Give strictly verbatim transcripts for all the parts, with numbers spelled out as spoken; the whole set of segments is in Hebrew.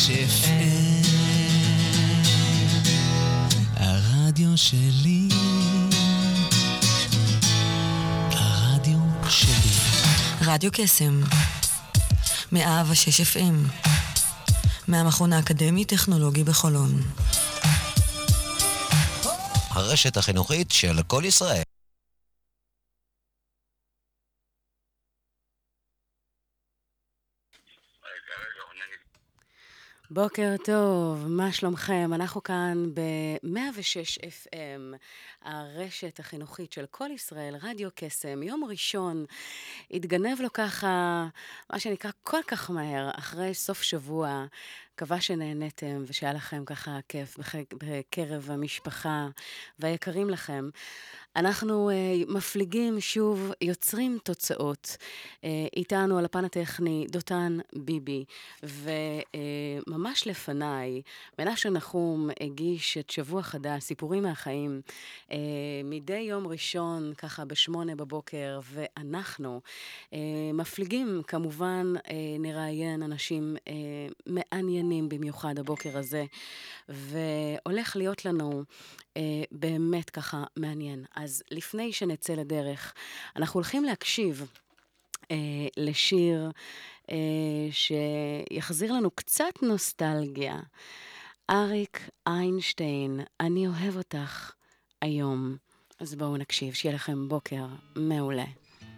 אף אם, הרדיו שלי, הרדיו שלי. רדיו קסם, מאה ושש אף אם, מהמכון האקדמי-טכנולוגי בחולון. הרשת החינוכית של כל ישראל. בוקר טוב, מה שלומכם? אנחנו כאן ב-מאה ושש אף אם, הרשת החינוכית של כל ישראל, רדיו קסם. יום ראשון התגנב לו ככה, מה שנקרא כל כך מהר, אחרי סוף שבוע. מקווה שנהנתם ושהיה לכם ככה כיף בקרב המשפחה והיקרים לכם. אנחנו uh, מפליגים שוב, יוצרים תוצאות. Uh, איתנו על הפן הטכני דותן ביבי, וממש uh, לפניי, מנשה נחום הגיש את שבוע חדש, סיפורים מהחיים, uh, מדי יום ראשון, ככה בשמונה בבוקר, ואנחנו uh, מפליגים, כמובן uh, נראיין אנשים uh, מעניינים במיוחד הבוקר הזה, והולך להיות לנו uh, באמת ככה מעניין. אז לפני שנצא לדרך, אנחנו הולכים להקשיב אה, לשיר אה, שיחזיר לנו קצת נוסטלגיה. אריק איינשטיין, אני אוהב אותך היום. אז בואו נקשיב, שיהיה לכם בוקר מעולה.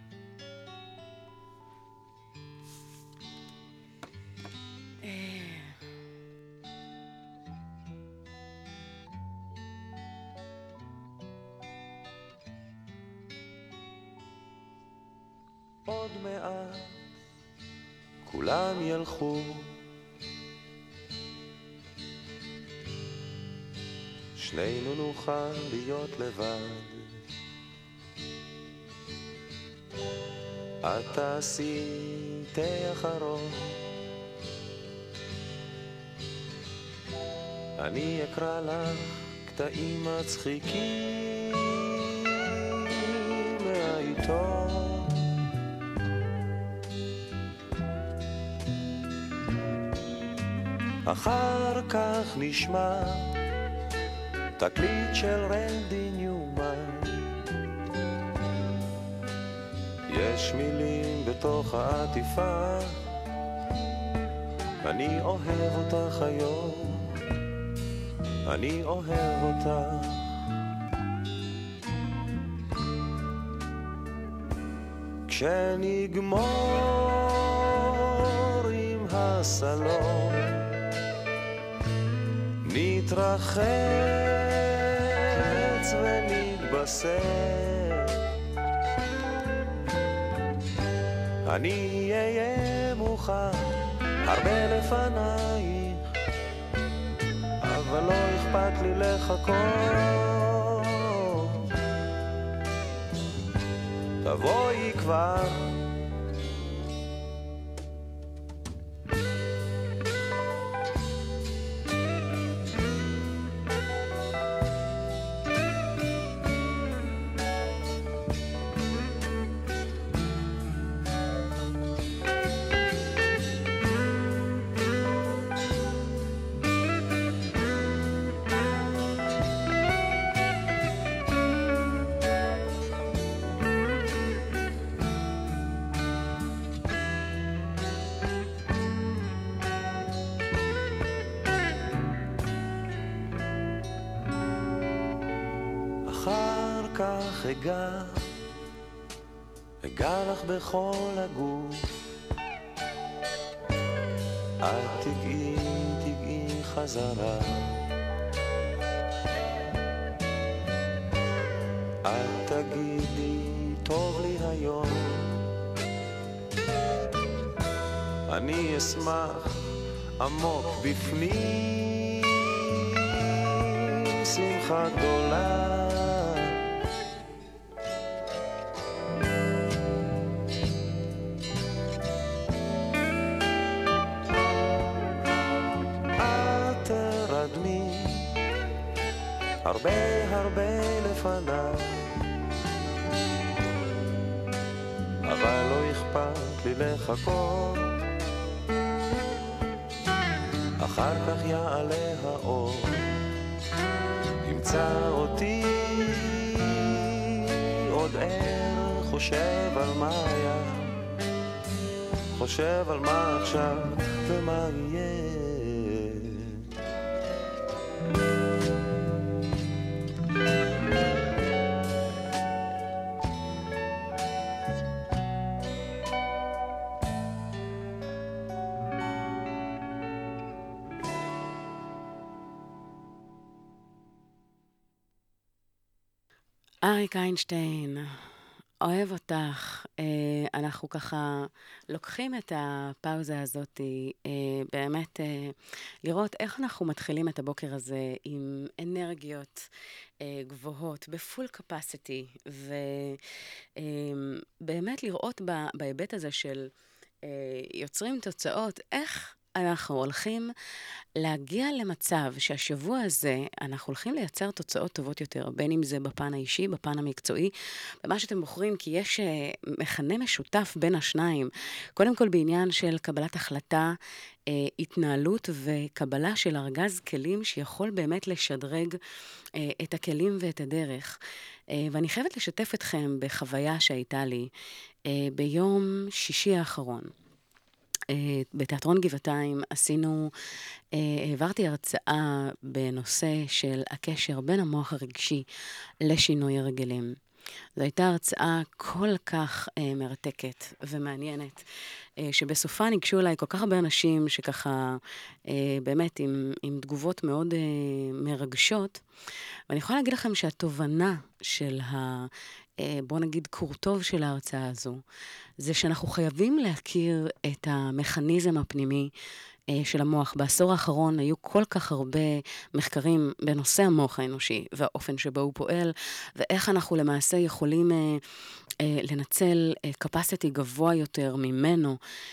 עוד מעט כולם ילכו, שנינו נוכל להיות לבד. את תעשי תה אחרון, אני אקרא לך קטעים מצחיקים מהעיתון. אחר כך נשמע תקליט של רנדי ניומן, יש מילים בתוך העטיפה, אני אוהב אותך היום, אני אוהב אותך. כשנגמור עם הסלון נתרחץ ונתבשר, אני אהיה מוכן הרבה לפנייך, אבל לא אכפת לי לחכות, תבואי כבר. אגע, אגע לך בכל הגוף, את תגעי, תגעי חזרה, את תגידי טוב לי היום, אני אשמח עמוק בפנים, שמחה גדולה. הרבה הרבה לפניי, אבל לא אכפת לי לחכות, אחר כך יעלה האור, ימצא אותי עוד ער, חושב על מה היה, חושב על מה עכשיו ומה יהיה. אריק איינשטיין, אוהב אותך. אה, אנחנו ככה לוקחים את הפאוזה הזאת, אה, באמת אה, לראות איך אנחנו מתחילים את הבוקר הזה עם אנרגיות אה, גבוהות, בפול קפסיטי, ובאמת לראות ב, בהיבט הזה של אה, יוצרים תוצאות, איך אנחנו הולכים להגיע למצב שהשבוע הזה אנחנו הולכים לייצר תוצאות טובות יותר, בין אם זה בפן האישי, בפן המקצועי, במה שאתם בוחרים, כי יש uh, מכנה משותף בין השניים. קודם כל בעניין של קבלת החלטה, uh, התנהלות וקבלה של ארגז כלים שיכול באמת לשדרג uh, את הכלים ואת הדרך. Uh, ואני חייבת לשתף אתכם בחוויה שהייתה לי uh, ביום שישי האחרון. בתיאטרון גבעתיים עשינו, העברתי הרצאה בנושא של הקשר בין המוח הרגשי לשינוי הרגלים. זו הייתה הרצאה כל כך מרתקת ומעניינת, שבסופה ניגשו אליי כל כך הרבה אנשים שככה באמת עם, עם תגובות מאוד מרגשות, ואני יכולה להגיד לכם שהתובנה של ה... בוא נגיד קורטוב של ההרצאה הזו, זה שאנחנו חייבים להכיר את המכניזם הפנימי של המוח. בעשור האחרון היו כל כך הרבה מחקרים בנושא המוח האנושי, והאופן שבו הוא פועל, ואיך אנחנו למעשה יכולים לנצל capacity גבוה יותר ממנו,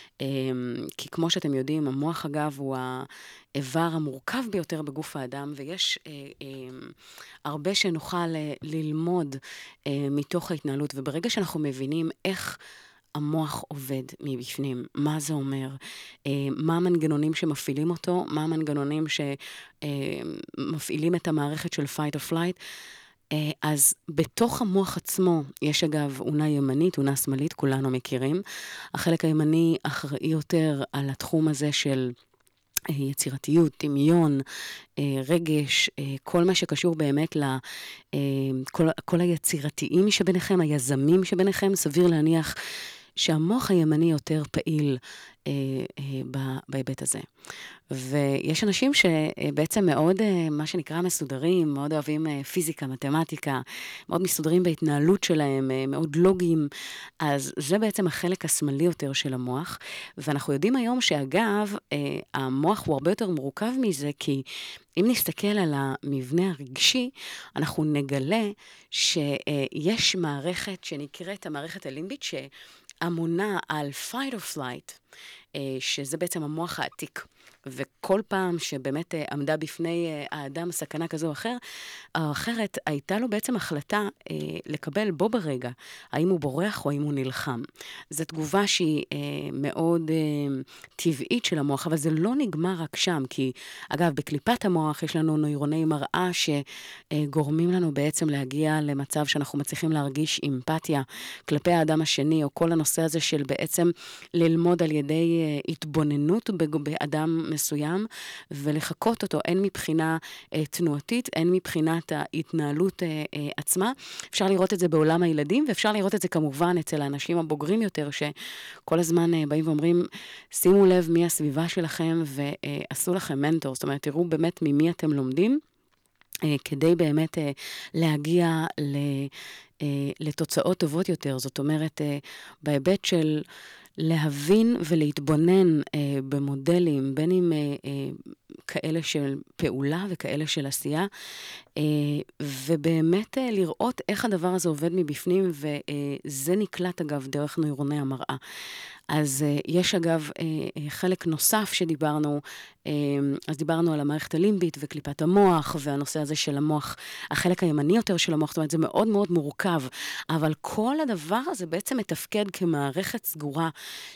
כי כמו שאתם יודעים, המוח אגב הוא האיבר המורכב ביותר בגוף האדם, ויש הרבה שנוכל ללמוד מתוך ההתנהלות, וברגע שאנחנו מבינים איך המוח עובד מבפנים, מה זה אומר, מה המנגנונים שמפעילים אותו, מה המנגנונים שמפעילים את המערכת של fight or flight, אז בתוך המוח עצמו יש אגב אונה ימנית, אונה שמאלית, כולנו מכירים. החלק הימני אחראי יותר על התחום הזה של יצירתיות, דמיון, רגש, כל מה שקשור באמת לכל כל היצירתיים שביניכם, היזמים שביניכם, סביר להניח שהמוח הימני יותר פעיל אה, אה, בהיבט הזה. ויש אנשים שבעצם מאוד, אה, מה שנקרא מסודרים, מאוד אוהבים אה, פיזיקה, מתמטיקה, מאוד מסודרים בהתנהלות שלהם, אה, מאוד לוגיים, אז זה בעצם החלק השמאלי יותר של המוח, ואנחנו יודעים היום שאגב, אה, המוח הוא הרבה יותר מורכב מזה, כי אם נסתכל על המבנה הרגשי, אנחנו נגלה שיש מערכת שנקראת המערכת הלימבית, שאמונה על fight or flight, שזה בעצם המוח העתיק. וכל פעם שבאמת עמדה בפני האדם סכנה כזו או אחר, או אחרת, הייתה לו בעצם החלטה אה, לקבל בו ברגע, האם הוא בורח או האם הוא נלחם. זו תגובה שהיא אה, מאוד אה, טבעית של המוח, אבל זה לא נגמר רק שם, כי אגב, בקליפת המוח יש לנו נוירוני מראה שגורמים לנו בעצם להגיע למצב שאנחנו מצליחים להרגיש אמפתיה כלפי האדם השני, או כל הנושא הזה של בעצם ללמוד על ידי אה, התבוננות באדם מסוים, ולחכות אותו, אין מבחינה אה, תנועתית, אין מבחינת ההתנהלות אה, אה, עצמה. אפשר לראות את זה בעולם הילדים, ואפשר לראות את זה כמובן אצל האנשים הבוגרים יותר, שכל הזמן אה, באים ואומרים, שימו לב מי הסביבה שלכם, ועשו לכם מנטור, זאת אומרת, תראו באמת ממי אתם לומדים, אה, כדי באמת אה, להגיע ל, אה, לתוצאות טובות יותר. זאת אומרת, אה, בהיבט של להבין ולהתבונן אה, במודלים, בין אם אה, אה, כאלה של פעולה וכאלה של עשייה, אה, ובאמת אה, לראות איך הדבר הזה עובד מבפנים, וזה נקלט אגב דרך נוירוני המראה. אז uh, יש אגב uh, uh, חלק נוסף שדיברנו, uh, אז דיברנו על המערכת הלימבית וקליפת המוח, והנושא הזה של המוח, החלק הימני יותר של המוח, זאת אומרת, זה מאוד מאוד מורכב, אבל כל הדבר הזה בעצם מתפקד כמערכת סגורה,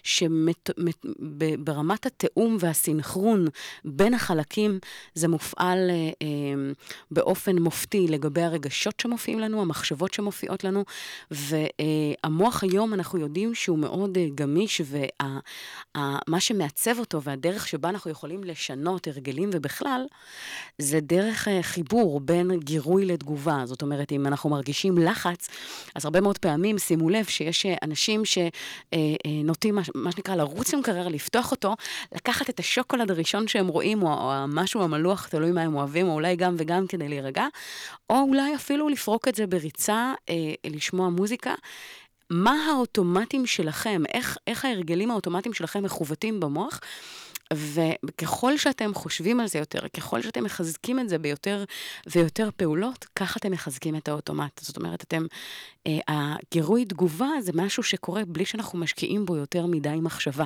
שברמת התאום והסינכרון בין החלקים, זה מופעל uh, uh, באופן מופתי לגבי הרגשות שמופיעים לנו, המחשבות שמופיעות לנו, והמוח היום אנחנו יודעים שהוא מאוד uh, גמיש, ומה שמעצב אותו והדרך שבה אנחנו יכולים לשנות הרגלים ובכלל, זה דרך חיבור בין גירוי לתגובה. זאת אומרת, אם אנחנו מרגישים לחץ, אז הרבה מאוד פעמים שימו לב שיש אנשים שנוטים, מה שנקרא, לרוץ למקרר, לפתוח אותו, לקחת את השוקולד הראשון שהם רואים, או משהו המלוח, תלוי מה הם אוהבים, או אולי גם וגם כדי להירגע, או אולי אפילו לפרוק את זה בריצה, לשמוע מוזיקה. מה האוטומטים שלכם, איך, איך ההרגלים האוטומטיים שלכם מחוותים במוח, וככל שאתם חושבים על זה יותר, ככל שאתם מחזקים את זה ביותר ויותר פעולות, ככה אתם מחזקים את האוטומט. זאת אומרת, אתם, אה, הגירוי תגובה זה משהו שקורה בלי שאנחנו משקיעים בו יותר מדי מחשבה.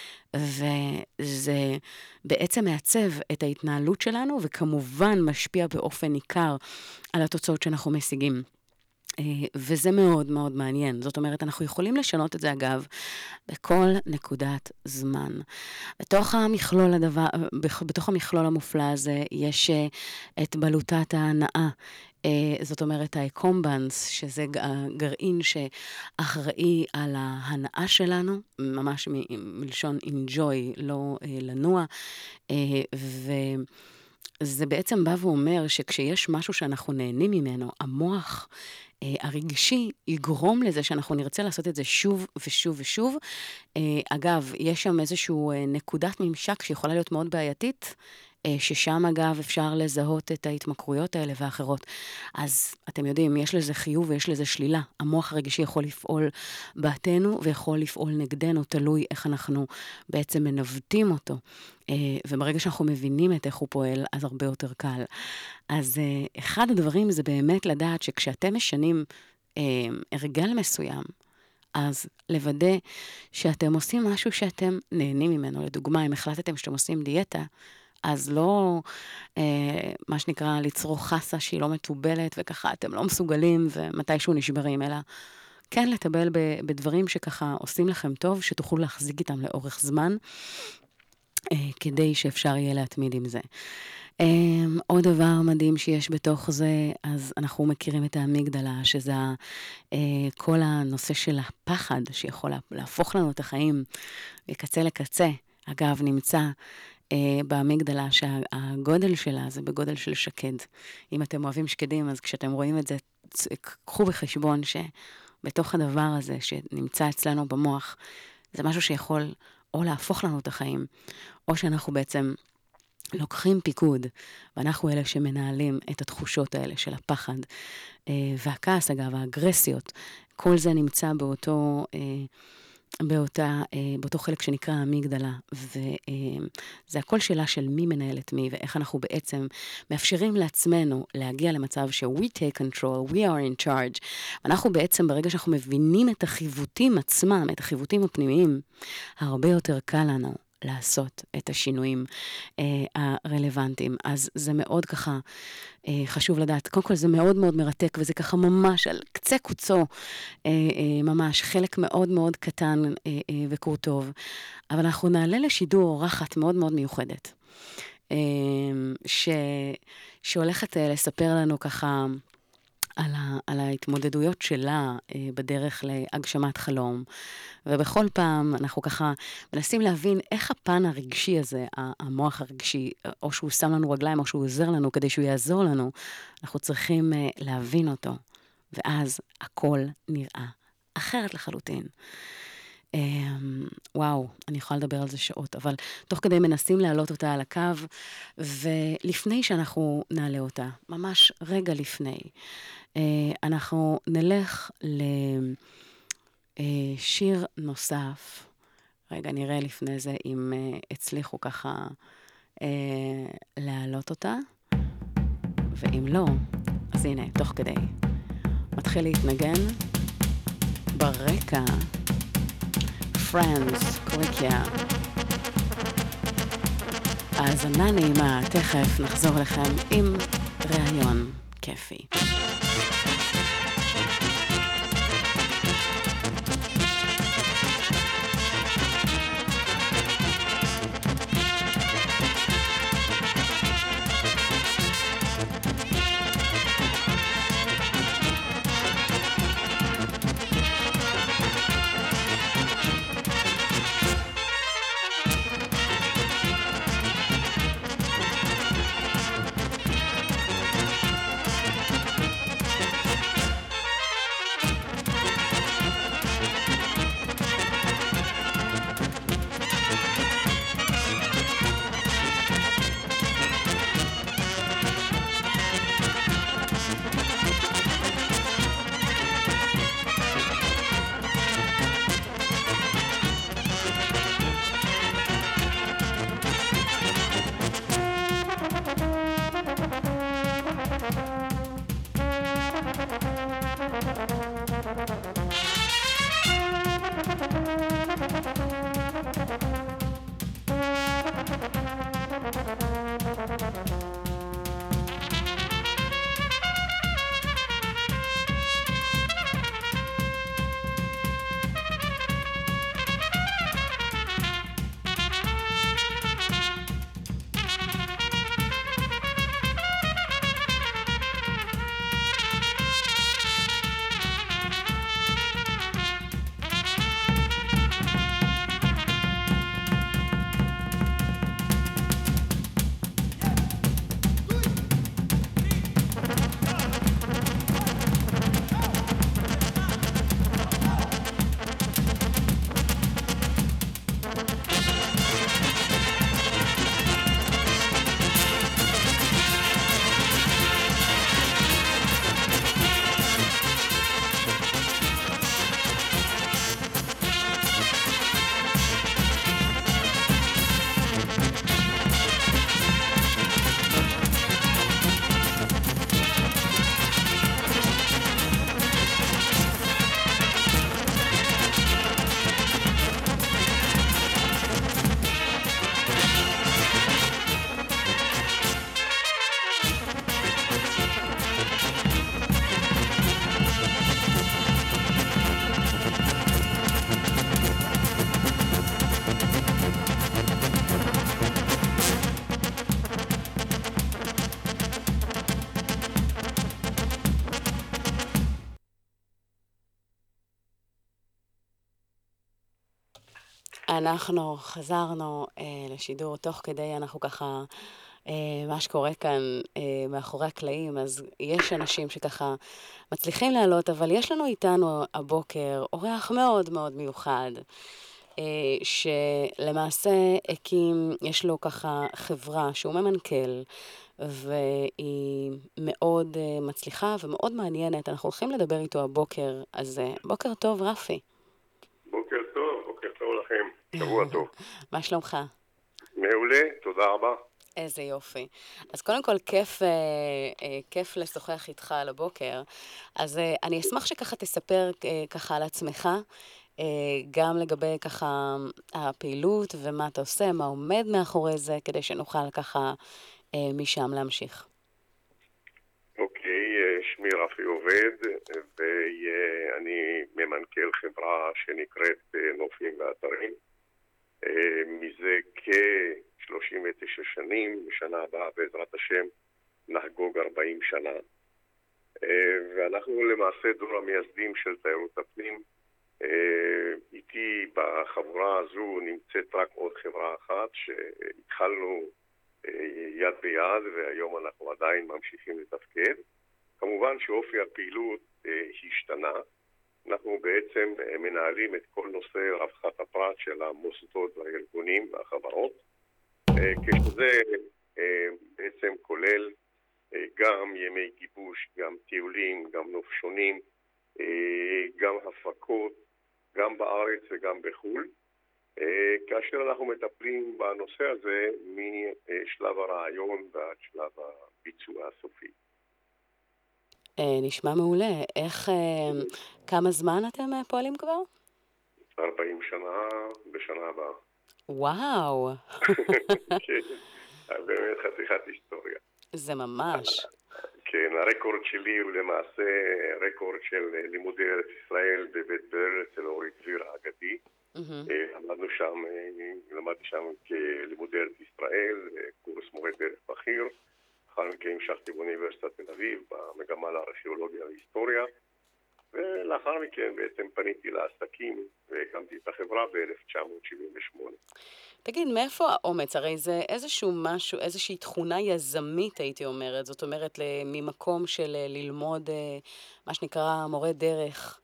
וזה בעצם מעצב את ההתנהלות שלנו, וכמובן משפיע באופן ניכר על התוצאות שאנחנו משיגים. וזה מאוד מאוד מעניין. זאת אומרת, אנחנו יכולים לשנות את זה, אגב, בכל נקודת זמן. בתוך המכלול הדבר, בתוך המכלול המופלא הזה, יש את בלוטת ההנאה. זאת אומרת, האקומבנס, שזה גרעין שאחראי על ההנאה שלנו, ממש מ- מלשון enjoy, לא לנוע, ו... זה בעצם בא ואומר שכשיש משהו שאנחנו נהנים ממנו, המוח אה, הרגשי יגרום לזה שאנחנו נרצה לעשות את זה שוב ושוב ושוב. אה, אגב, יש שם איזשהו אה, נקודת ממשק שיכולה להיות מאוד בעייתית, אה, ששם אגב אפשר לזהות את ההתמכרויות האלה ואחרות. אז אתם יודעים, יש לזה חיוב ויש לזה שלילה. המוח הרגשי יכול לפעול בעתנו ויכול לפעול נגדנו, תלוי איך אנחנו בעצם מנווטים אותו. וברגע שאנחנו מבינים את איך הוא פועל, אז הרבה יותר קל. אז אחד הדברים זה באמת לדעת שכשאתם משנים הרגל מסוים, אז לוודא שאתם עושים משהו שאתם נהנים ממנו. לדוגמה, אם החלטתם שאתם עושים דיאטה, אז לא, מה שנקרא, לצרוך חסה שהיא לא מטובלת, וככה אתם לא מסוגלים ומתישהו נשברים, אלא כן לטבל בדברים שככה עושים לכם טוב, שתוכלו להחזיק איתם לאורך זמן, כדי שאפשר יהיה להתמיד עם זה. עוד דבר מדהים שיש בתוך זה, אז אנחנו מכירים את האמיגדלה, שזה כל הנושא של הפחד, שיכול להפוך לנו את החיים מקצה לקצה. אגב, נמצא באמיגדלה שהגודל שלה זה בגודל של שקד. אם אתם אוהבים שקדים, אז כשאתם רואים את זה, קחו בחשבון שבתוך הדבר הזה שנמצא אצלנו במוח, זה משהו שיכול או להפוך לנו את החיים, או שאנחנו בעצם לוקחים פיקוד, ואנחנו אלה שמנהלים את התחושות האלה של הפחד, והכעס, אגב, האגרסיות, כל זה נמצא באותו, באותה, באותו חלק שנקרא האמיגדלה, וזה הכל שאלה של מי מנהל את מי, ואיך אנחנו בעצם מאפשרים לעצמנו להגיע למצב ש- we take control, we are in charge. אנחנו בעצם, ברגע שאנחנו מבינים את החיוותים עצמם, את החיוותים הפנימיים, הרבה יותר קל לנו לעשות את השינויים אה, הרלוונטיים. אז זה מאוד ככה אה, חשוב לדעת. קודם כל זה מאוד מאוד מרתק, וזה ככה ממש על קצה קוצו, אה, אה, ממש חלק מאוד מאוד קטן אה, אה, וקור טוב. אבל אנחנו נעלה לשידור אורחת מאוד מאוד מיוחדת, אה, ש, שהולכת אה, לספר לנו ככה, על, ה, על ההתמודדויות שלה אה, בדרך להגשמת חלום. ובכל פעם אנחנו ככה מנסים להבין איך הפן הרגשי הזה, המוח הרגשי, או שהוא שם לנו רגליים או שהוא עוזר לנו כדי שהוא יעזור לנו, אנחנו צריכים אה, להבין אותו. ואז הכל נראה אחרת לחלוטין. אה, וואו, אני יכולה לדבר על זה שעות, אבל תוך כדי מנסים להעלות אותה על הקו, ולפני שאנחנו נעלה אותה, ממש רגע לפני, אנחנו נלך לשיר נוסף. רגע, נראה לפני זה אם הצליחו ככה להעלות אותה, ואם לא, אז הנה, תוך כדי. מתחיל להתנגן ברקע Friends, קוריקיה. האזנה נעימה, תכף נחזור לכם עם ראיון כיפי. אנחנו חזרנו אה, לשידור תוך כדי, אנחנו ככה, אה, מה שקורה כאן אה, מאחורי הקלעים, אז יש אנשים שככה מצליחים לעלות, אבל יש לנו איתנו הבוקר אורח מאוד מאוד מיוחד, אה, שלמעשה הקים, יש לו ככה חברה שהוא ממנכ"ל, והיא מאוד אה, מצליחה ומאוד מעניינת. אנחנו הולכים לדבר איתו הבוקר, אז אה, בוקר טוב רפי. בוקר טוב, בוקר טוב לכם, שבוע טוב. מה שלומך? מעולה, תודה רבה. איזה יופי. אז קודם כל, כיף, אה, אה, כיף לשוחח איתך על הבוקר. אז אה, אני אשמח שככה תספר אה, ככה על עצמך, אה, גם לגבי ככה הפעילות ומה אתה עושה, מה עומד מאחורי זה, כדי שנוכל ככה אה, משם להמשיך. אוקיי, שמי רפי עובד, ואני ממנכ"ל חברה שנקראת נופים ואתרים. מזה כ-שלושים ותשע שנים, בשנה הבאה בעזרת השם נחגוג ארבעים שנה. ואנחנו למעשה דור המייסדים של תיירות הפנים. איתי בחברה הזו נמצאת רק עוד חברה אחת שהתחלנו יד ביד, והיום אנחנו עדיין ממשיכים לתפקד. כמובן שאופי הפעילות השתנה. אנחנו בעצם מנהלים את כל נושא רווחת הפרט של המוסדות והארגונים והחברות, כשזה בעצם כולל גם ימי גיבוש, גם טיולים, גם נופשונים, גם הפקות, גם בארץ וגם בחו"ל, כאשר אנחנו מטפלים בנושא הזה משלב הרעיון ועד שלב הביצוע הסופי. נשמע מעולה. איך, כמה זמן אתם פועלים כבר? ארבעים שנה בשנה הבאה. וואו, כן, באמת חתיכת היסטוריה. זה ממש. כן, הרקורד שלי הוא למעשה רקורד של לימודי ארץ ישראל בבית ברל אצל אורית דביר האגדי. למדנו שם, למדתי שם כלימודי ארץ ישראל, קורס מורה דרך בכיר. אחר מכן המשכתי באוניברסיטת תל אביב, במגמה לארכיאולוגיה והיסטוריה. ולאחר מכן בעצם פניתי לעסקים והקמתי את החברה ב-אלף תשע מאות שבעים ושמונה. תגיד, מאיפה האומץ? הרי זה איזשהו משהו, איזושהי תכונה יזמית, הייתי אומרת. זאת אומרת, ממקום של ללמוד, מה שנקרא מורה דרך,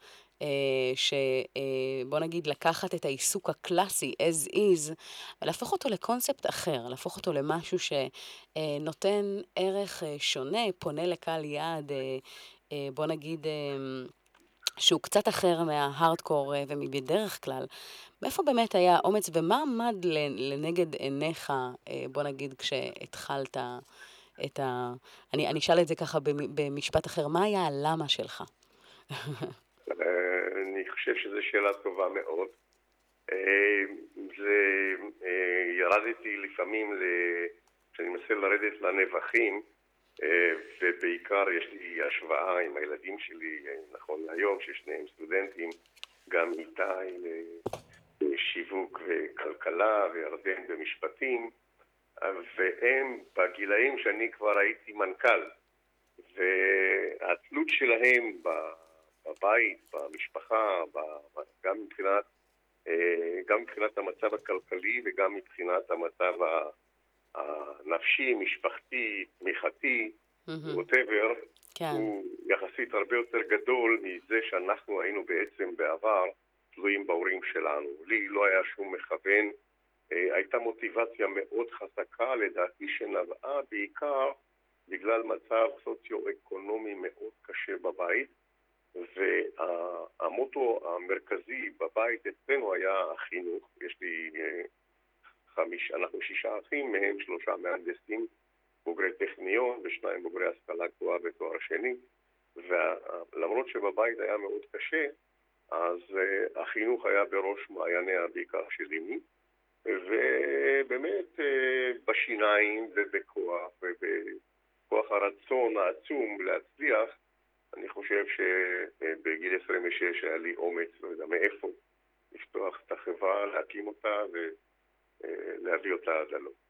שבוא נגיד לקחת את העיסוק הקלאסי, as is, ולהפוך אותו לקונספט אחר, להפוך אותו למשהו שנותן ערך שונה, פונה לקהל יעד, בוא נגיד, שהוא קצת אחר מההארדקור ומבדרך כלל. מאיפה באמת היה האומץ ומה עמד לנגד עיניך, בוא נגיד, כשהתחלת את ה... אני, אני אשאל את זה ככה במשפט אחר, מה היה הלמה שלך? אני חושב שזו שאלה טובה מאוד. זה, ירדתי לפעמים, כשאני מנסה לרדת לנבחים, ובעיקר יש לי השוואה עם הילדים שלי, נכון להיום, ששניהם סטודנטים, גם איתי לשיווק וכלכלה וירדן במשפטים, והם בגילאים שאני כבר הייתי מנכ"ל, והתלות שלהם בבית, במשפחה, גם מבחינת, גם מבחינת המצב הכלכלי וגם מבחינת המצב הנפשי, משפחתי, תמיכתי, whatever, הוא יחסית הרבה יותר גדול מזה שאנחנו היינו בעצם בעבר תלויים בהורים שלנו. לי לא היה שום מכוון, הייתה מוטיבציה מאוד חזקה, לדעתי שנבעה בעיקר בגלל מצב סוציו-אקונומי מאוד קשה בבית, והמוטו המרכזי בבית אצלנו היה החינוך. יש לי חמיש, אנחנו שישה אחים, מהם שלושה מהנדסים, בוגרי טכניון ושניים בוגרי השכלה גבוהה בתואר שני, ולמרות שבבית היה מאוד קשה, אז uh, החינוך היה בראש מעייניה בעיקר של אמי, ובאמת uh, בשיניים ובכוח ובכוח הרצון העצום להצליח, אני חושב שבגיל עשרים ושש היה לי אומץ, לא יודע מאיפה, לפתוח את החברה, להקים אותה ולהביא אותה עד הלום.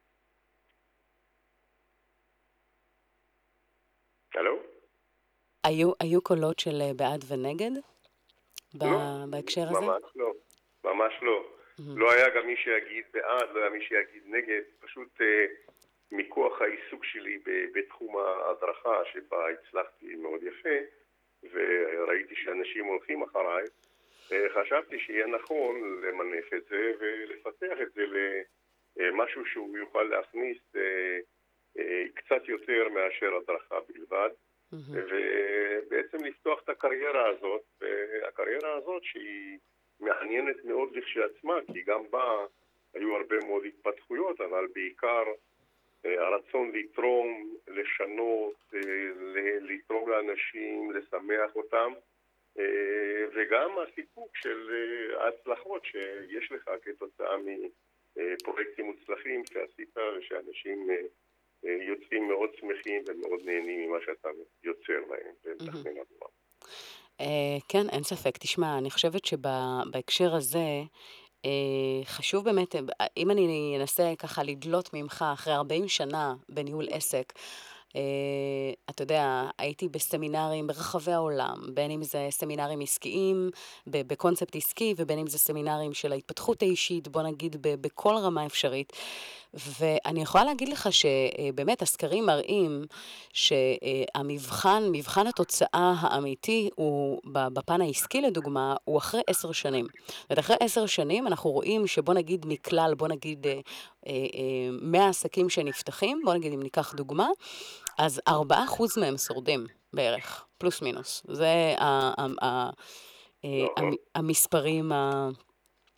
הלו? היו, היו קולות של בעד ונגד? ב- לא, בהקשר הזה? ממש לא, ממש לא. Mm-hmm. לא היה גם מי שיגיד בעד, לא היה מי שיגיד נגד, פשוט אה, מכוח העיסוק שלי ב- בתחום ההדרכה, שבה הצלחתי מאוד יפה, וראיתי שאנשים הולכים אחריי, אה, חשבתי שיהיה נכון למנף את זה ולפתח את זה למשהו שהוא יוכל להכניס אה, אה, קצת יותר מאשר הדרכה בלבד. Mm-hmm. ובעצם לפתוח את הקריירה הזאת, והקריירה הזאת שהיא מעניינת מאוד לכשעצמה, כי גם בה היו הרבה מאוד התפתחויות, אבל בעיקר הרצון לתרום, לשנות, לתרום לאנשים, לשמח אותם, וגם הסיפוק של ההצלחות שיש לך כתוצאה מפרויקטים מוצלחים שעשית ושאנשים יוצאים מאוד שמחים ומאוד נהנים ממה שאתה יוצר להם ומתכנן עבורם. כן, אין ספק. תשמע, אני חושבת שבהקשר הזה חשוב באמת, אם אני אנסה ככה לדלות ממך אחרי ארבעים שנה בניהול עסק, אתה יודע, הייתי בסמינרים ברחבי העולם, בין אם זה סמינרים עסקיים, בקונספט עסקי, ובין אם זה סמינרים של ההתפתחות האישית, בוא נגיד בכל רמה אפשרית. ואני יכולה להגיד לך שבאמת הסקרים מראים שהמבחן, מבחן התוצאה האמיתי הוא בפן העסקי לדוגמה, הוא אחרי עשר שנים. ואחרי עשר שנים אנחנו רואים שבוא נגיד מכלל, בוא נגיד מאה עסקים שנפתחים, בוא נגיד אם ניקח דוגמה, אז ארבעה אחוז מהם שורדים בערך, פלוס מינוס. זה המספרים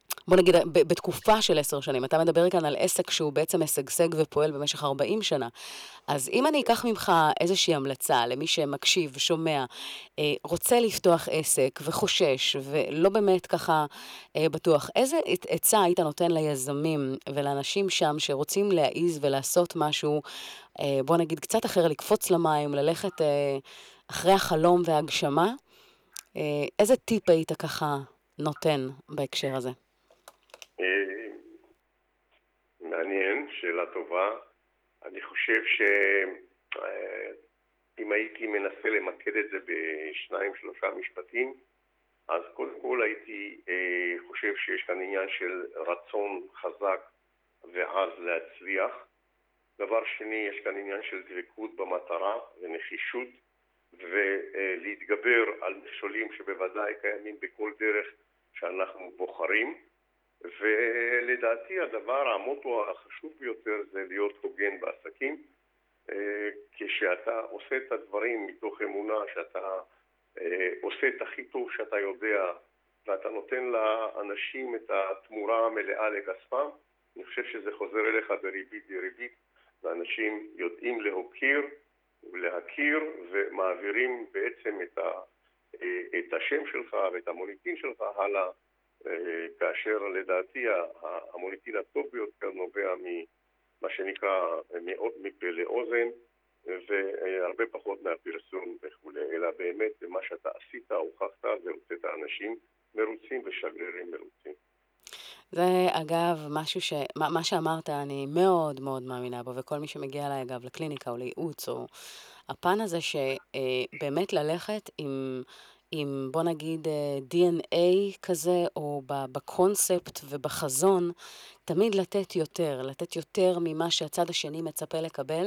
בוא נגיד, ב- בתקופה של עשר שנים, אתה מדבר כאן על עסק שהוא בעצם משגשג ופועל במשך ארבעים שנה. אז אם אני אקח ממך איזושהי המלצה למי שמקשיב ושומע, אה, רוצה לפתוח עסק וחושש ולא באמת ככה אה, בטוח, איזה עצה היית נותן ליזמים ולאנשים שם שרוצים להעיז ולעשות משהו, אה, בוא נגיד קצת אחר, לקפוץ למים, ללכת אה, אחרי החלום וההגשמה, אה, איזה טיפ היית ככה נותן בהקשר הזה? מעניין, שאלה טובה. אני חושב שאם הייתי מנסה למקד את זה בשניים, שלושה משפטים, אז קודם כל הייתי חושב שיש כאן עניין של רצון חזק ועז להצליח. דבר שני, יש כאן עניין של דבקות במטרה ונחישות, ולהתגבר על מכשולים שבוודאי קיימים בכל דרך שאנחנו בוחרים. ולדעתי הדבר, המוטו החשוב ביותר זה להיות הוגן בעסקים. כשאתה עושה את הדברים מתוך אמונה, שאתה עושה את הכי טוב שאתה יודע, ואתה נותן לאנשים את התמורה המלאה לכספם, אני חושב שזה חוזר אליך בריבית דריבית, ואנשים יודעים להוקיר ולהכיר ומעבירים בעצם את, ה, את השם שלך ואת המוניטין שלך הלאה, כאשר לדעתי המוניטין הטוב ביותר נובע ממה שנקרא מפה לאוזן, והרבה פחות מהפרסום וכו', אלא באמת במה שאתה עשית, הוכחת והוצאת אנשים מרוצים ושגרירים מרוצים. זה אגב משהו ש... מה שאמרת אני מאוד מאוד מאמינה בו, וכל מי שמגיע אליי אגב לקליניקה או לייעוץ, או הפן הזה שבאמת ללכת עם... עם בוא נגיד די אן איי כזה, או בקונספט ובחזון, תמיד לתת יותר, לתת יותר ממה שהצד השני מצפה לקבל,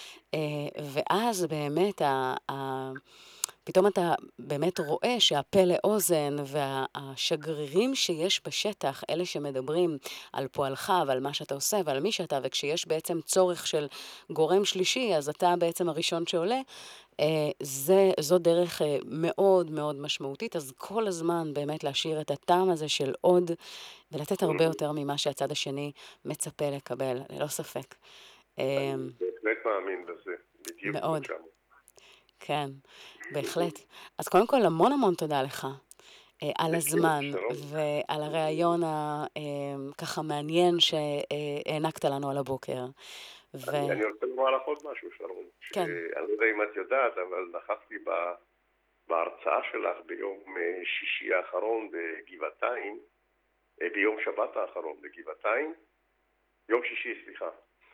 ואז באמת, ה, ה, פתאום אתה באמת רואה שהפה לאוזן והשגרירים שיש בשטח, אלה שמדברים על פועלך ועל מה שאתה עושה ועל מי שאתה, וכשיש בעצם צורך של גורם שלישי, אז אתה בעצם הראשון שעולה, זה, זו דרך מאוד מאוד משמעותית, אז כל הזמן באמת להשאיר את הטעם הזה של עוד, ולתת הרבה יותר ממה שהצד השני מצפה לקבל, ללא ספק. אני בהחלט מאמין בזה, בדיוק מאוד. שם. כן, בהחלט. אז קודם כל, המון המון תודה לך על הזמן ועל הרעיון הככה מעניין שהענקת לנו על הבוקר. אני רוצה לומר לך עוד משהו, שרון. כן. אני לא יודע אם את יודעת, אבל נכחתי בהרצאה שלך ביום שישי האחרון בגבעתיים, ביום שבת האחרון בגבעתיים, יום שישי, סליחה.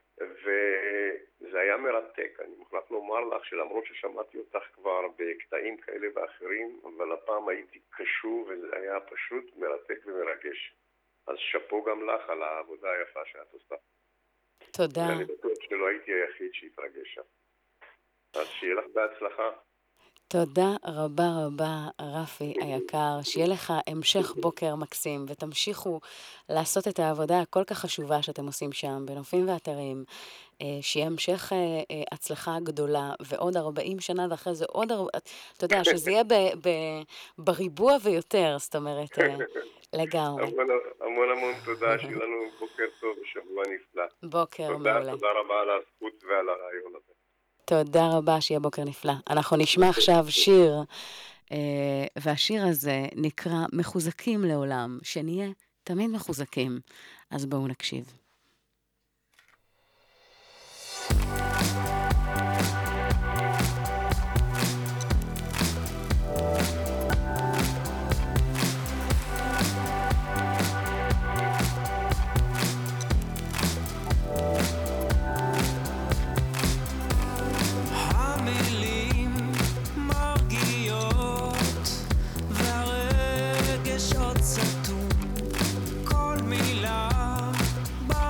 וזה היה מרתק. אני מוכרח לומר לך שלמרות ששמעתי אותך כבר בקטעים כאלה ואחרים, אבל הפעם הייתי קשוב וזה היה פשוט מרתק ומרגש. אז שפו גם לך על העבודה היפה שאת עושה. תודה. ואני בטוח שלא הייתי היחיד שהתרגש שם. אז שיהיה לך בהצלחה. תודה רבה רבה, רפי היקר, שיהיה לך המשך בוקר מקסים, ותמשיכו לעשות את העבודה הכל כך חשובה שאתם עושים שם, בנופים ואתרים, שיהיה המשך הצלחה גדולה, ועוד ארבעים שנה, ואחרי זה עוד ארבעים, אתה יודע, שזה יהיה ב- ב- בריבוע ויותר, זאת אומרת, לגמרי. המון המון המון תודה, שיהיה לנו בוקר טוב ושבוע נפלא. בוקר תודה, מעולה. תודה רבה על הזכות ועל הרעיון הזה. תודה רבה, שיהיה בוקר נפלא. אנחנו נשמע עכשיו שיר, אה, והשיר הזה נקרא מחוזקים לעולם, שנהיה תמיד מחוזקים. אז בואו נקשיב. המילים מרגיעות והרגש עוד סתום, כל מילה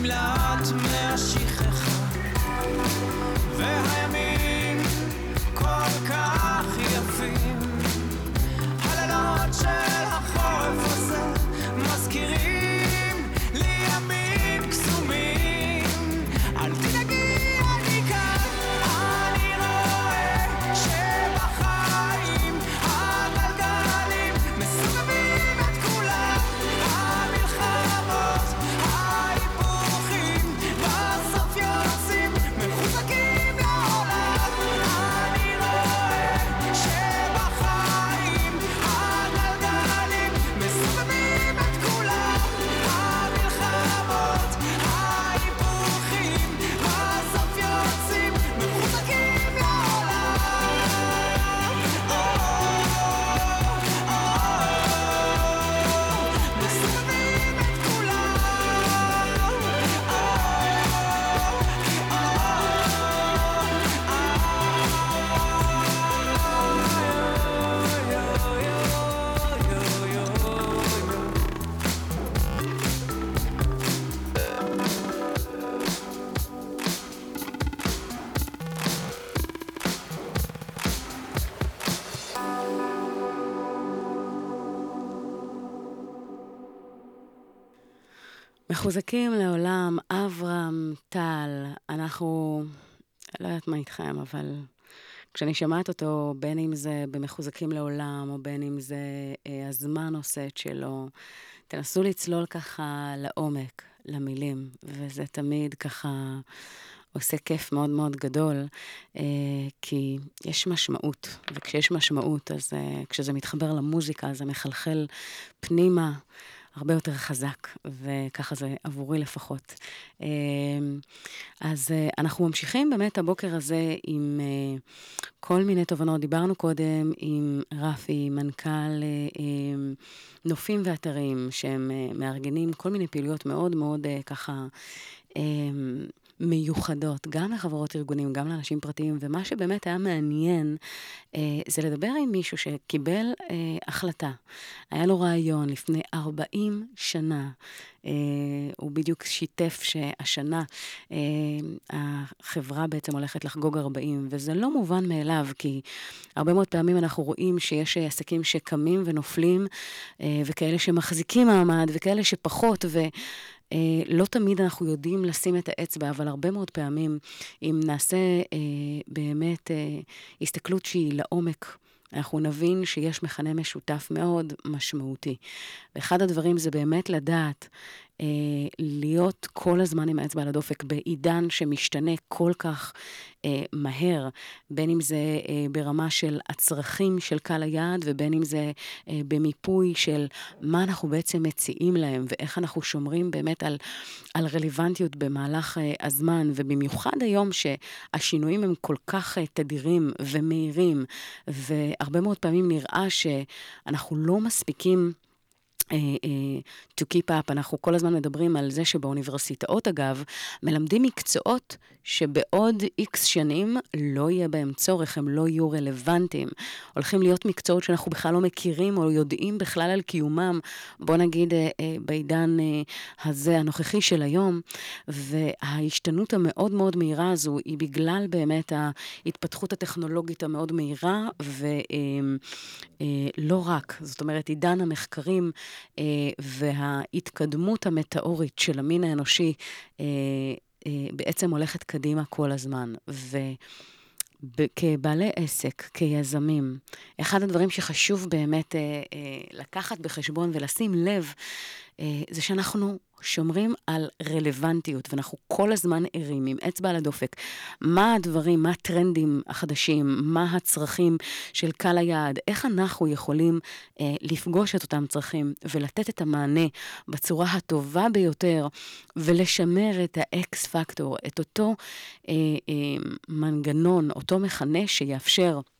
נמלט מהשכחה, והימים כל כך יפים, הלילות של החורף הזה מזכירים לי ימים קסומים. אל תדאגי, אני כאן, אני רואה שבחיים הגלגלים מסובבים את כולם, המלחמות, ההיפוכים, בסוף יוצאים מחוזקים לעולם. אני רואה שבחיים הגלגלים מסובבים את כולם, המלחמות, ההיפוכים, בסוף יוצאים מחוזקים לעולם. מסובבים את כולם. מחוזקים לעולם, אברהם טל, אנחנו, לא יודעת מה איתכם, אבל כשאני שמעת אותו, בין אם זה במחוזקים לעולם, או בין אם זה אה, הזמן עושה את שלו, תנסו לצלול ככה לעומק, למילים, וזה תמיד ככה עושה כיף מאוד מאוד גדול, אה, כי יש משמעות, וכשיש משמעות, אז אה, כשזה מתחבר למוזיקה, זה מחלחל פנימה, הרבה יותר חזק, וככה זה עבורי לפחות. אז אנחנו ממשיכים באמת הבוקר הזה עם כל מיני תובנות. דיברנו קודם עם רפי, מנכ"ל נופים ואתרים, שהם מארגנים כל מיני פעילויות מאוד מאוד ככה מיוחדות, גם לחברות ארגונים, גם לאנשים פרטיים, ומה שבאמת היה מעניין, אה, זה לדבר עם מישהו שקיבל אה, החלטה. היה לו רעיון לפני ארבעים שנה, אה, הוא בדיוק שיתף שהשנה אה, החברה בעצם הולכת לחגוג ארבעים, וזה לא מובן מאליו, כי הרבה מאוד פעמים אנחנו רואים שיש עסקים שקמים ונופלים, אה, וכאלה שמחזיקים מעמד, וכאלה שפחות, ו... Uh, לא תמיד אנחנו יודעים לשים את האצבע, אבל הרבה מאוד פעמים, אם נעשה uh, באמת uh, הסתכלות שהיא לעומק, אנחנו נבין שיש מכנה משותף מאוד משמעותי. ואחד הדברים זה באמת לדעת, אה, להיות כל הזמן עם האצבע על הדופק בעידן שמשתנה כל כך אה, מהר, בין אם זה אה, ברמה של הצרכים של קהל היעד, ובין אם זה אה, במיפוי של מה אנחנו בעצם מציעים להם, ואיך אנחנו שומרים באמת על, על רלוונטיות במהלך אה, הזמן, ובמיוחד היום שהשינויים הם כל כך אה, תדירים ומהירים, והרבה מאוד פעמים נראה שאנחנו לא מספיקים to keep up. אנחנו כל הזמן מדברים על זה שבאוניברסיטאות, אגב, מלמדים מקצועות שבעוד איקס שנים לא יהיה בהם צורך, הם לא יהיו רלוונטיים. הולכים להיות מקצועות שאנחנו בכלל לא מכירים או יודעים בכלל על קיומם, בוא נגיד בעידן הזה, הנוכחי של היום, וההשתנות המאוד מאוד מהירה הזו היא בגלל באמת ההתפתחות הטכנולוגית המאוד מהירה, ולא רק, זאת אומרת, עידן המחקרים וההתקדמות המטאורית של המין האנושי בעצם הולכת קדימה כל הזמן. וכבעלי עסק, כיזמים, אחד הדברים שחשוב באמת לקחת בחשבון ולשים לב, זה שאנחנו שומרים על רלוונטיות, ואנחנו כל הזמן ערים עם אצבע על הדופק. מה הדברים, מה הטרנדים החדשים, מה הצרכים של קהל היעד, איך אנחנו יכולים אה, לפגוש את אותם צרכים, ולתת את המענה בצורה הטובה ביותר, ולשמר את האקס פקטור, את אותו אה, אה, מנגנון, אותו מכנה שיאפשר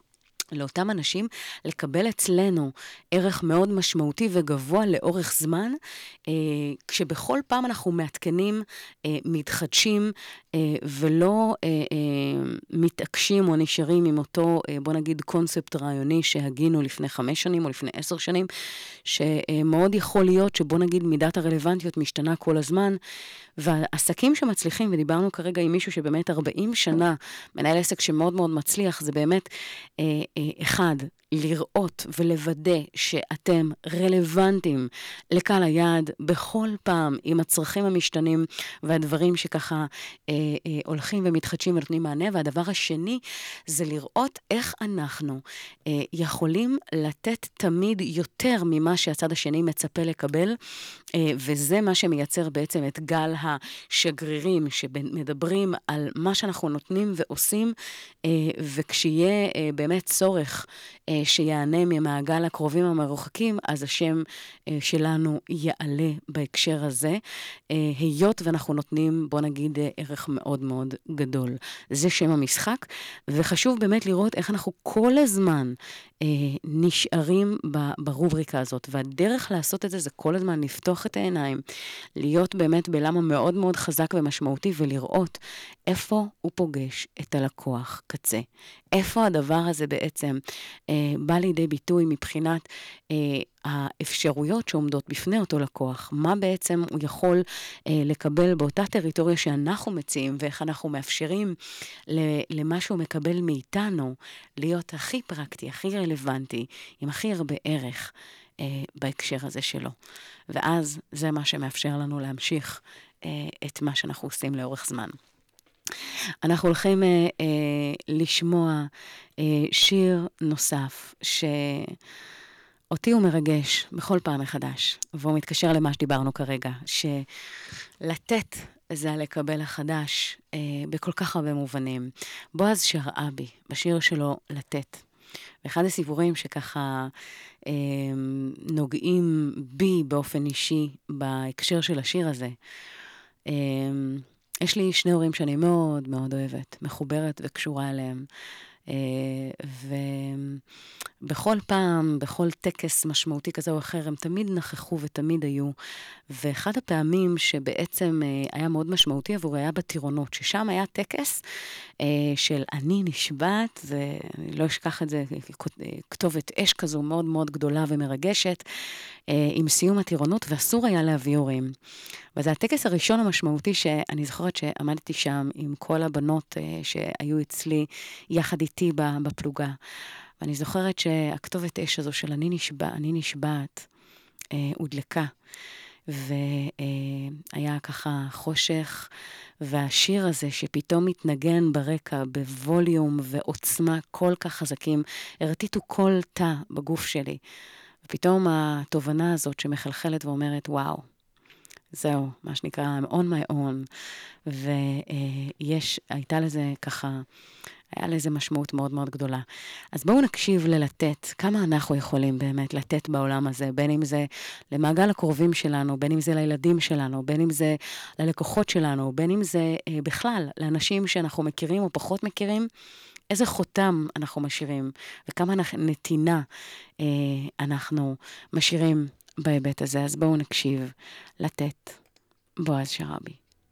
לאותם אנשים לקבל אצלנו ערך מאוד משמעותי וגבוה לאורך זמן, אה, כשבכל פעם אנחנו מעדכנים, אה, מתחדשים, אה, ולא אה, אה, מתעקשים או נשארים עם אותו, אה, בוא נגיד, קונספט רעיוני שהגינו לפני חמש שנים או לפני עשר שנים, שמאוד יכול להיות שבוא נגיד מידת הרלוונטיות משתנה כל הזמן, והעסקים שמצליחים, ודיברנו כרגע עם מישהו שבאמת ארבעים שנה, מנהל עסק שמאוד מאוד מצליח, זה באמת אה, אה, אחד, לראות ולוודא שאתם רלוונטיים לקהל היעד בכל פעם עם הצרכים המשתנים והדברים שככה אה, אה, הולכים ומתחדשים ונותנים מענה. והדבר השני זה לראות איך אנחנו אה, יכולים לתת תמיד יותר ממה שהצד השני מצפה לקבל, אה, וזה מה שמייצר בעצם את גל השגרירים שמדברים על מה שאנחנו נותנים ועושים, אה, וכשיהיה אה, באמת צורך אה, שיענה ממעגל הקרובים המרוחקים, אז השם אה, שלנו יעלה בהקשר הזה, אה, היות ואנחנו נותנים, בוא נגיד, אה, ערך מאוד מאוד גדול. זה שם המשחק, וחשוב באמת לראות איך אנחנו כל הזמן אה, נשארים ב- ברובריקה הזאת, והדרך לעשות את זה זה כל הזמן לפתוח את העיניים, להיות באמת בלמה מאוד מאוד חזק ומשמעותי, ולראות איפה הוא פוגש את הלקוח קצה. איפה הדבר הזה בעצם אה, בא לידי ביטוי מבחינת אה, האפשרויות שעומדות בפני אותו לקוח, מה בעצם הוא יכול אה, לקבל באותה טריטוריה שאנחנו מציעים, ואיך אנחנו מאפשרים למה שהוא מקבל מאיתנו להיות הכי פרקטי, הכי רלוונטי, עם הכי הרבה ערך אה, בהקשר הזה שלו. ואז זה מה שמאפשר לנו להמשיך אה, את מה שאנחנו עושים לאורך זמן. אנחנו הולכים אה, אה, לשמוע אה, שיר נוסף שאותי הוא מרגש בכל פעם מחדש, והוא מתקשר למה שדיברנו כרגע, שלתת זה לקבל החדש אה, בכל כך הרבה מובנים. בועז שרעבי, בשיר שלו לתת. ואחד הסיפורים שככה אה, נוגעים בי באופן אישי בהקשר של השיר הזה, אה, יש לי שני הורים שאני מאוד מאוד אוהבת, מחוברת וקשורה אליהם, ובכל פעם, בכל טקס משמעותי כזה או אחר, הם תמיד נכחו ותמיד היו, ואחד הפעמים שבעצם היה מאוד משמעותי עבור היה בטירונות, ששם היה טקס של אני נשבעת, ואני לא אשכח את זה, כתובת אש כזו מאוד מאוד גדולה ומרגשת, עם סיום הטירונות, ואסור היה להביא הורים. וזה הטקס הראשון המשמעותי שאני זוכרת שעמדתי שם עם כל הבנות שהיו אצלי יחד איתי בפלוגה. ואני זוכרת שהכתובת אש הזו של אני נשבע, אני נשבעת, הודלקה. והיה ככה חושך, והשיר הזה שפתאום מתנגן ברקע בווליום ועוצמה כל כך חזקים, הרטיטו כל תא בגוף שלי. ופתאום התובנה הזאת שמחלחלת ואומרת, וואו, זהו, מה שנקרא, I'm on my own, ויש, הייתה לזה ככה, היה לזה משמעות מאוד מאוד גדולה. אז בואו נקשיב ללתת, כמה אנחנו יכולים באמת לתת בעולם הזה, בין אם זה למעגל הקרובים שלנו, בין אם זה לילדים שלנו, בין אם זה ללקוחות שלנו, בין אם זה אה, בכלל, לאנשים שאנחנו מכירים או פחות מכירים, איזה חותם אנחנו משאירים, וכמה נתינה אה, אנחנו משאירים בהיבט הזה. אז בואו נקשיב לתת, בועז שרעבי.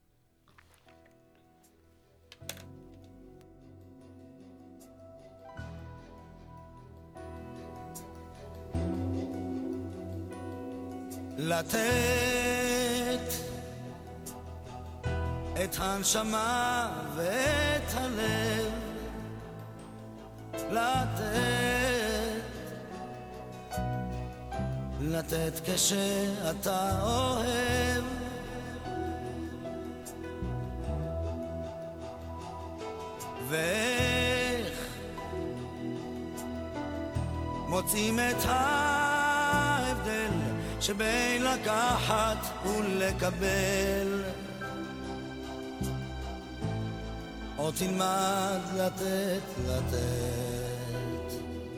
לתת את הנשמה ואת הלב, לתת, לתת כשאתה אוהב, ואיך מוצאים את ההבדל שבין לקחת ולקבל. עוד תלמד לתת, לתת,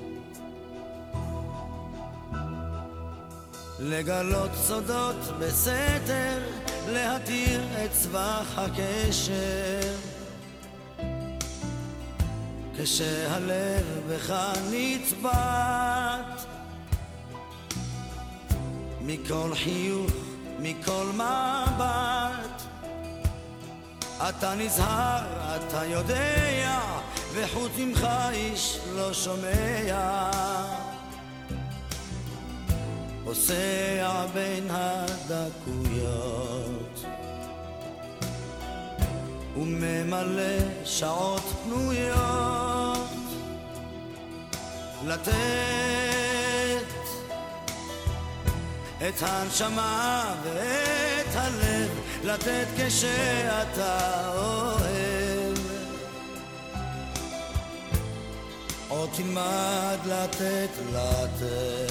לגלות סודות בסתר, להתיר את צבח הקשר, כשהלב בך נצבט מכל חיוך, מכל מבט אתה נזהר, אתה יודע וחוץ ממך איש לא שומע פוסע בין הדקויות וממלא שעות פנויות לתת את הנשמה ואת הלב לתת כשאתה אוהב או תלמד לתת לתת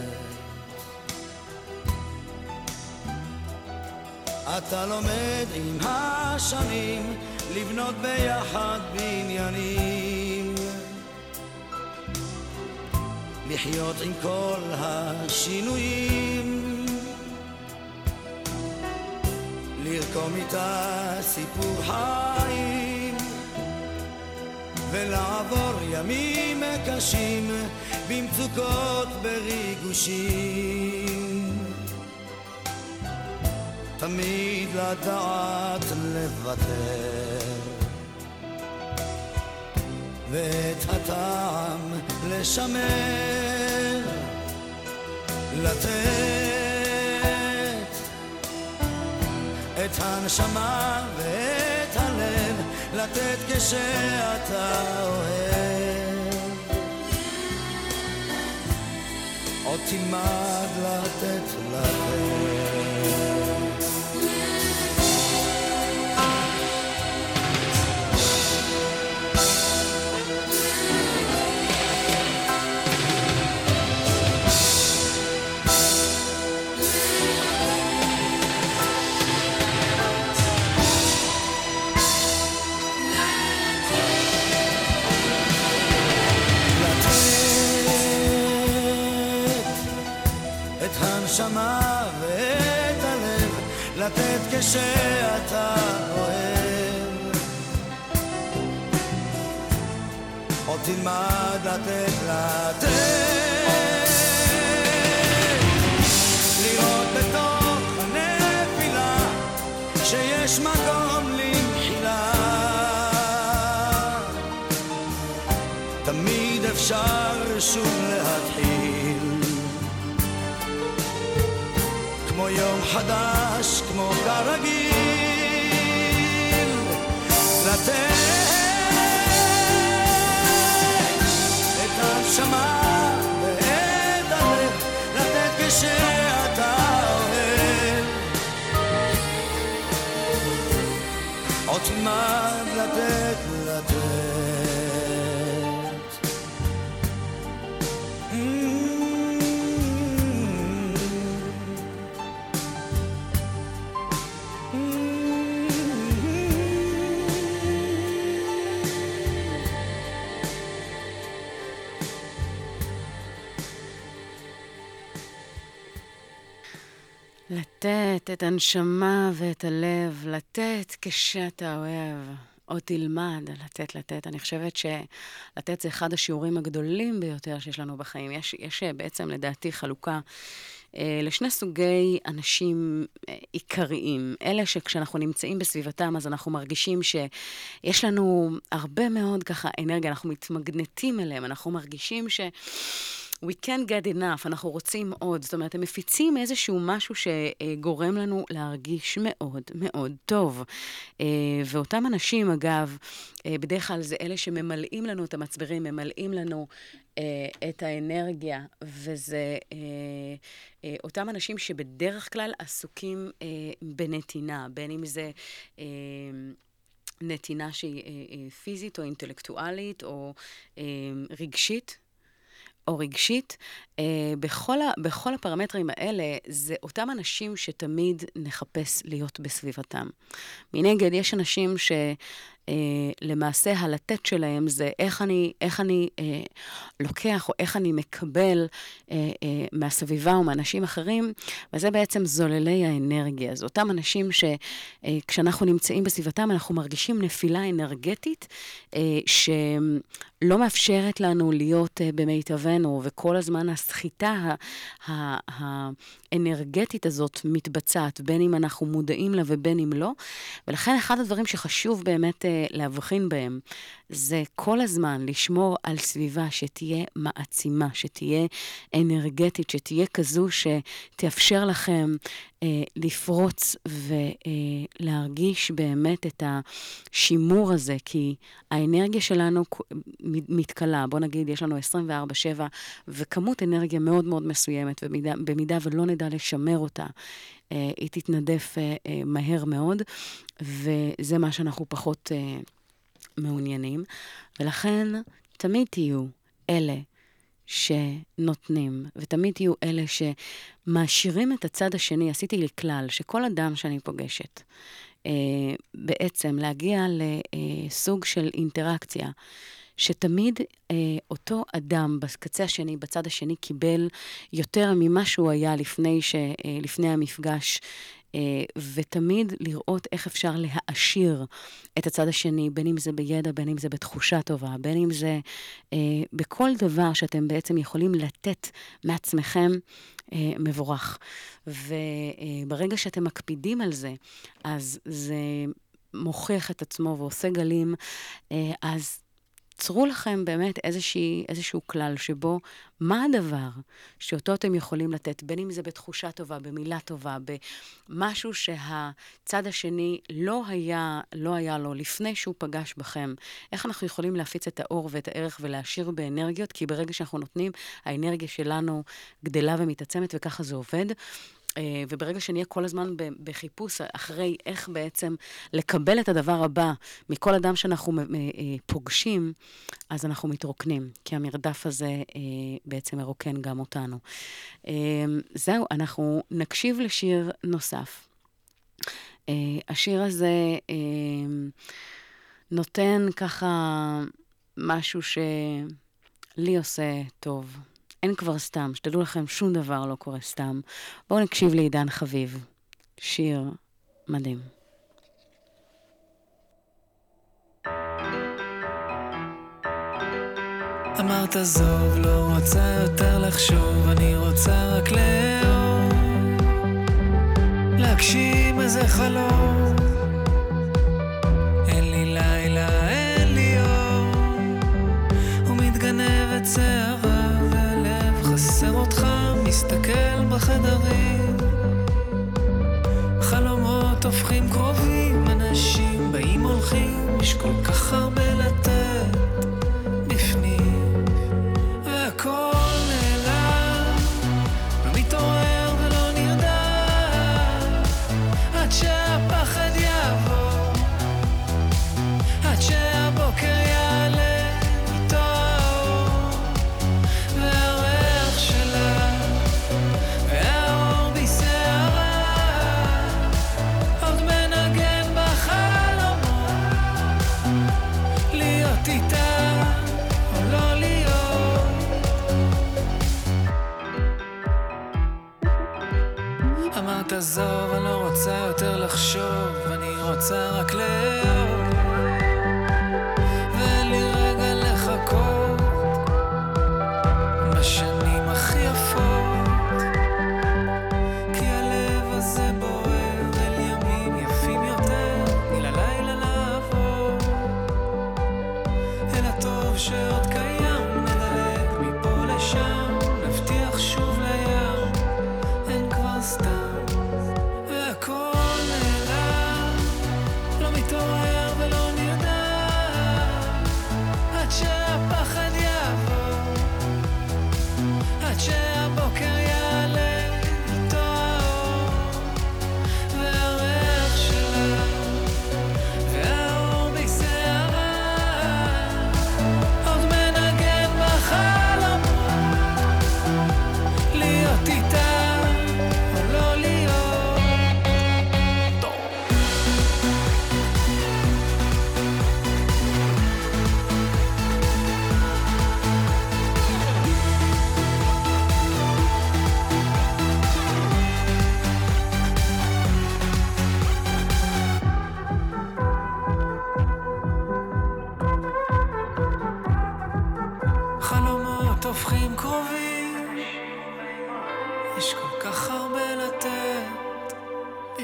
אתה לומד עם השנים לבנות ביחד בניינים לחיות עם כל השינויים לרקום איתה סיפור חיים ולעבור ימים קשים במצוקות בריגושים תמיד לדעת לוותר ואת הטעם לשמר לתת את הנשמה ואת הלב לתת כשאתה אוהב עוד תלמד לתת לתת הנשמה ואת הלב לתת כשאתה אוהב עוד תלמד לתת לתת לראות בתוך הנפילה שיש מקום למחילה תמיד אפשר שוב להתחיל כמו יום חדש, כמו כרגיל לתת את הנשמה ואת הלב לתת כשאתה אוהב עוד תלמד לתת לתת לתת את הנשמה ואת הלב, לתת כשאתה אוהב, או תלמד לתת לתת. אני חושבת שלתת זה אחד השיעורים הגדולים ביותר שיש לנו בחיים. יש, יש בעצם לדעתי חלוקה אה, לשני סוגי אנשים אה, עיקריים. אלה שכשאנחנו נמצאים בסביבתם אז אנחנו מרגישים שיש לנו הרבה מאוד ככה אנרגיה, אנחנו מתמגנטים אליהם, אנחנו מרגישים ש... we can't get enough, אנחנו רוצים עוד. זאת אומרת, הם מפיצים איזשהו משהו שגורם לנו להרגיש מאוד מאוד טוב. ואותם אנשים, אגב, בדרך כלל זה אלה שממלאים לנו את המצברים, ממלאים לנו את האנרגיה, וזה אותם אנשים שבדרך כלל עסוקים בנתינה, בין אם זה... נתינה שהיא פיזית או אינטלקטואלית או רגשית, או רגשית, אה, בכל, ה, בכל הפרמטרים האלה, זה אותם אנשים שתמיד נחפש להיות בסביבתם. מנגד, יש אנשים אה, למעשה הלתת שלהם זה איך אני, איך אני אה, לוקח או איך אני מקבל אה, אה, מהסביבה או מאנשים אחרים, וזה בעצם זוללי האנרגיה. זה אותם אנשים שכשאנחנו נמצאים בסביבתם אנחנו מרגישים נפילה אנרגטית אה, שלא מאפשרת לנו להיות אה, במיטבנו, וכל הזמן הסחיטה האנרגטית הזאת מתבצעת, בין אם אנחנו מודעים לה ובין אם לא. ולכן אחד הדברים שחשוב באמת להבחין בהם, זה כל הזמן לשמור על סביבה שתהיה מעצימה, שתהיה אנרגטית, שתהיה כזו שתאפשר לכם אה, לפרוץ ולהרגיש באמת את השימור הזה, כי האנרגיה שלנו מתקלה. בוא נגיד, יש לנו עשרים וארבע שבע, וכמות אנרגיה מאוד מאוד מסוימת, ובמידה, במידה ולא נדע לשמר אותה, אה, היא תתנדף אה, אה, מהר מאוד, וזה מה שאנחנו פחות אה, מעוניינים. ולכן תמיד תהיו אלה שנותנים, ותמיד תהיו אלה שמעשירים את הצד השני. עשיתי לי כלל שכל אדם שאני פוגשת, אה, בעצם להגיע לסוג של אינטראקציה, שתמיד אה, אותו אדם בקצה השני, בצד השני, קיבל יותר ממה שהוא היה לפני, ש, אה, לפני המפגש, אה, ותמיד לראות איך אפשר להעשיר את הצד השני, בין אם זה בידע, בין אם זה בתחושה טובה, בין אם זה אה, בכל דבר שאתם בעצם יכולים לתת מעצמכם, אה, מבורך. וברגע שאתם מקפידים על זה, אז זה מוכיח את עצמו ועושה גלים, אה, אז צרו לכם באמת איזושהי, איזשהו כלל שבו מה הדבר שאותו אתם יכולים לתת, בין אם זה בתחושה טובה, במילה טובה, במשהו שהצד השני לא היה, לא היה לו לפני שהוא פגש בכם. איך אנחנו יכולים להפיץ את האור ואת הערך ולהשאיר באנרגיות, כי ברגע שאנחנו נותנים, האנרגיה שלנו גדלה ומתעצמת, וככה זה עובד. וברגע שנהיה כל הזמן בחיפוש אחרי איך בעצם לקבל את הדבר הבא מכל אדם שאנחנו פוגשים, אז אנחנו מתרוקנים, כי המרדף הזה בעצם מרוקן גם אותנו. זהו, אנחנו נקשיב לשיר נוסף. השיר הזה נותן ככה משהו שלי עושה טוב. אין כבר סתם, שתדעו לכם, שום דבר לא קורה סתם. בואו נקשיב לעידן חביב. שיר מדהים. אמרת זוב, לא רוצה יותר לחשוב, אני רוצה רק לאהוב, להגשים איזה חלום. אין לי לילה, אין לי יום, ומתגנבת שערה, חסר אותך, מסתכל בחדרים, חלומות הופכים קרובים, אנשים באים הולכים, יש כל כך הרבה לתת בפנים, והכל נעלם, לא מתעורר ולא נרדם, עד שהפחד יעבור, עד שהבוקר יעלה איתו האור, והריח שלה והאור בשערה עוד מנגן בחלומות, להיות איתה או לא להיות. אמרת זוב, אני לא רוצה יותר לחשוב, אני רוצה רק לאהוב, ואין לי רגע לחכות בשנים הכי יפות, כי הלב הזה בוער אל ימים יפים יותר, אל הלילה לעבור, אל הטוב שעוד קיים, נדלק מפה לשם, נבטיח שוב לים, אין כבר סתם, והכל נעלם, לא מתעורר ולא נרדם, עד שהפחד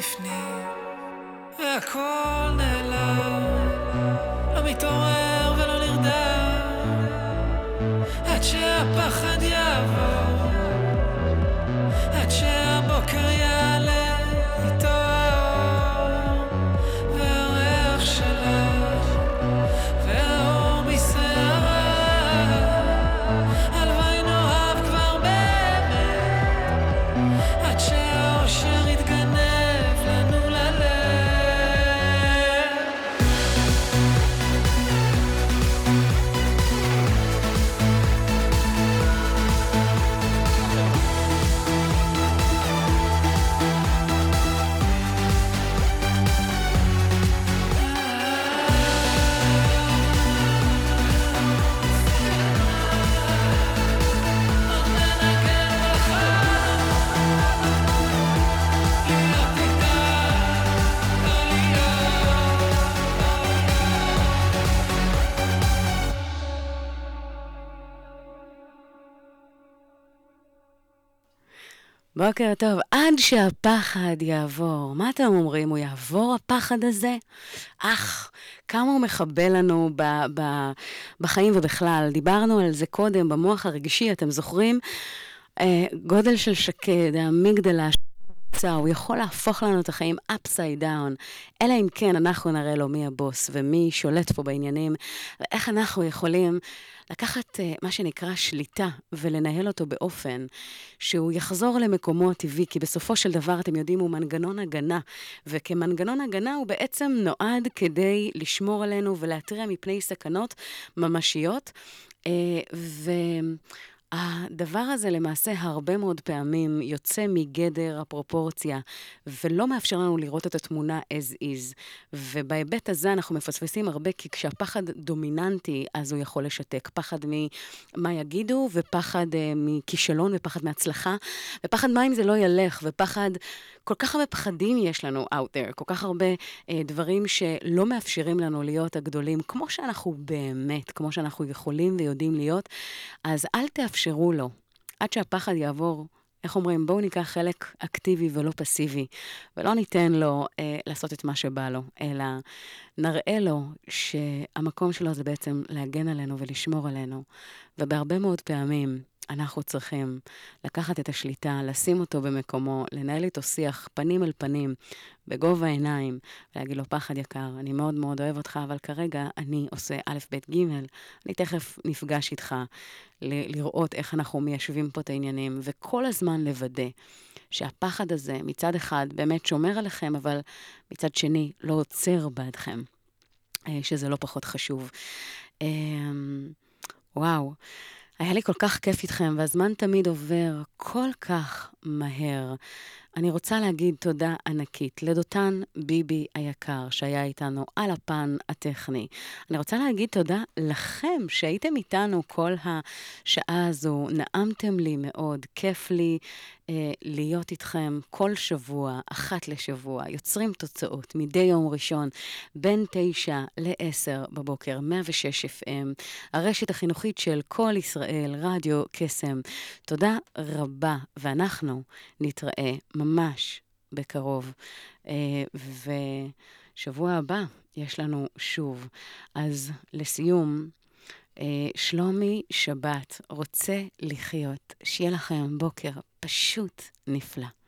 בפנים, והכל נעלם, לא מתעורר ולא נרדם, עד שהפחד יעבור, עד שהבוקר יעלה איתו האור, והריח שלך, והאור משערה, הלוואי נאהב כבר באמת, עד שהאושר יתגנב לנו ללב. בוקר טוב, עד שהפחד יעבור. מה אתם אומרים? הוא יעבור הפחד הזה? אך, כמה הוא מחבל לנו ב- ב- בחיים ובכלל. דיברנו על זה קודם, במוח הרגשי, אתם זוכרים? אה, גודל של שקד, האמיגדלה, הוא יכול להפוך לנו את החיים upside down, אלא אם כן אנחנו נראה לו מי הבוס ומי שולט פה בעניינים, ואיך אנחנו יכולים לקחת uh, מה שנקרא שליטה ולנהל אותו באופן שהוא יחזור למקומו הטבעי, כי בסופו של דבר אתם יודעים הוא מנגנון הגנה, וכמנגנון הגנה הוא בעצם נועד כדי לשמור עלינו ולהתריע מפני סכנות ממשיות, uh, ו... הדבר הזה למעשה הרבה מאוד פעמים יוצא מגדר הפרופורציה, ולא מאפשר לנו לראות את התמונה as is. ובהיבט הזה אנחנו מפספסים הרבה, כי כשהפחד דומיננטי, אז הוא יכול לשתק. פחד ממה יגידו, ופחד uh, מכישלון, ופחד מהצלחה, ופחד מה אם זה לא ילך, ופחד... כל כך הרבה פחדים יש לנו out there, כל כך הרבה uh, דברים שלא מאפשרים לנו להיות הגדולים, כמו שאנחנו באמת, כמו שאנחנו יכולים ויודעים להיות, אז אל תאפשרו לו. עד שהפחד יעבור, איך אומרים, בואו ניקח חלק אקטיבי ולא פסיבי, ולא ניתן לו אה, לעשות את מה שבא לו, אלא נראה לו שהמקום שלו זה בעצם להגן עלינו ולשמור עלינו. ובהרבה מאוד פעמים אנחנו צריכים לקחת את השליטה, לשים אותו במקומו, לנהל איתו שיח פנים אל פנים, בגובה העיניים, ולהגיד לו, פחד יקר, אני מאוד מאוד אוהב אותך, אבל כרגע אני עושה א' ב' ג', אני תכף נפגש איתך, ל- לראות איך אנחנו מיישבים פה את העניינים, וכל הזמן לוודא שהפחד הזה מצד אחד באמת שומר עליכם, אבל מצד שני לא עוצר בעדכם, שזה לא פחות חשוב. וואו. היה לי כל כך כיף איתכם, והזמן תמיד עובר כל כך מהר. אני רוצה להגיד תודה ענקית לדותן ביבי היקר, שהיה איתנו על הפן הטכני. אני רוצה להגיד תודה לכם שהייתם איתנו כל השעה הזו, נעמתם לי מאוד, כיף לי אה, להיות איתכם כל שבוע, אחת לשבוע, יוצרים תוצאות מדי יום ראשון, בין תשע לעשר בבוקר, מאה ושש אף אם, הרשת החינוכית של כל ישראל, רדיו קסם. תודה רבה, ואנחנו נתראה ממש בקרוב. ושבוע הבא יש לנו שוב. אז לסיום, שלומי שבת רוצה לחיות. שיהיה לכם בוקר פשוט נפלא.